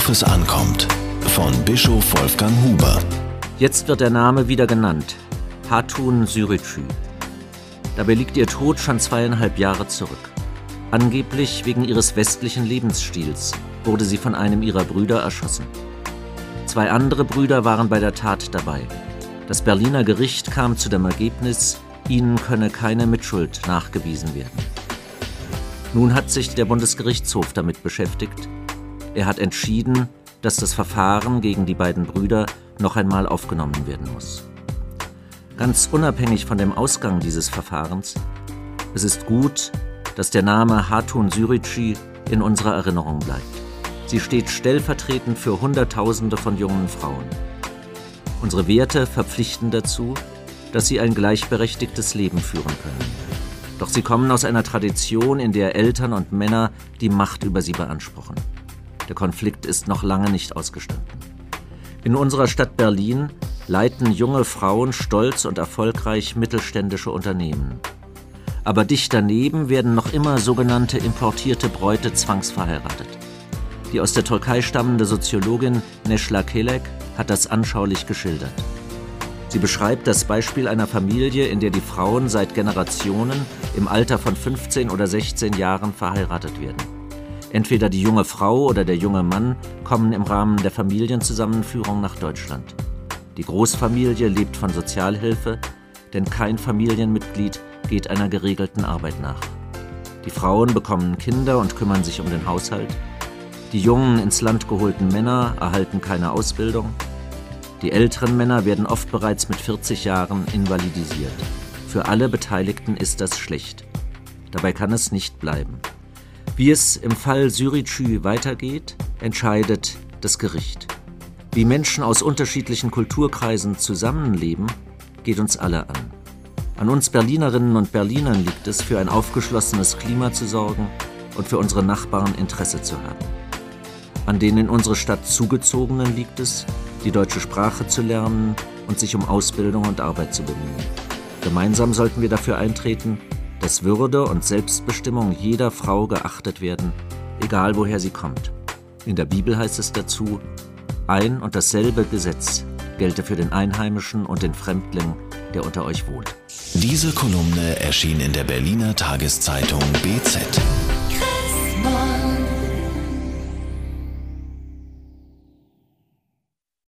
Worauf es ankommt, von Bischof Wolfgang Huber. Jetzt wird der Name wieder genannt: Hatun Sürücü. Dabei liegt ihr Tod schon 2,5 Jahre zurück. Angeblich wegen ihres westlichen Lebensstils wurde sie von einem ihrer Brüder erschossen. 2 andere Brüder waren bei der Tat dabei. Das Berliner Gericht kam zu dem Ergebnis, ihnen könne keine Mitschuld nachgewiesen werden. Nun hat sich der Bundesgerichtshof damit beschäftigt. Er hat entschieden, dass das Verfahren gegen die beiden Brüder noch einmal aufgenommen werden muss. Ganz unabhängig von dem Ausgang dieses Verfahrens, es ist gut, dass der Name Hatun Sürücü in unserer Erinnerung bleibt. Sie steht stellvertretend für Hunderttausende von jungen Frauen. Unsere Werte verpflichten dazu, dass sie ein gleichberechtigtes Leben führen können. Doch sie kommen aus einer Tradition, in der Eltern und Männer die Macht über sie beanspruchen. Der Konflikt ist noch lange nicht ausgestanden. In unserer Stadt Berlin leiten junge Frauen stolz und erfolgreich mittelständische Unternehmen. Aber dicht daneben werden noch immer sogenannte importierte Bräute zwangsverheiratet. Die aus der Türkei stammende Soziologin Necla Kelek hat das anschaulich geschildert. Sie beschreibt das Beispiel einer Familie, in der die Frauen seit Generationen im Alter von 15 oder 16 Jahren verheiratet werden. Entweder die junge Frau oder der junge Mann kommen im Rahmen der Familienzusammenführung nach Deutschland. Die Großfamilie lebt von Sozialhilfe, denn kein Familienmitglied geht einer geregelten Arbeit nach. Die Frauen bekommen Kinder und kümmern sich um den Haushalt. Die jungen ins Land geholten Männer erhalten keine Ausbildung. Die älteren Männer werden oft bereits mit 40 Jahren invalidisiert. Für alle Beteiligten ist das schlecht. Dabei kann es nicht bleiben. Wie es im Fall Sürücü weitergeht, entscheidet das Gericht. Wie Menschen aus unterschiedlichen Kulturkreisen zusammenleben, geht uns alle an. An uns Berlinerinnen und Berlinern liegt es, für ein aufgeschlossenes Klima zu sorgen und für unsere Nachbarn Interesse zu haben. An den in unsere Stadt Zugezogenen liegt es, die deutsche Sprache zu lernen und sich um Ausbildung und Arbeit zu bemühen. Gemeinsam sollten wir dafür eintreten, dass Würde und Selbstbestimmung jeder Frau geachtet werden, egal woher sie kommt. In der Bibel heißt es dazu: Ein und dasselbe Gesetz gelte für den Einheimischen und den Fremdling, der unter euch wohnt. Diese Kolumne erschien in der Berliner Tageszeitung BZ.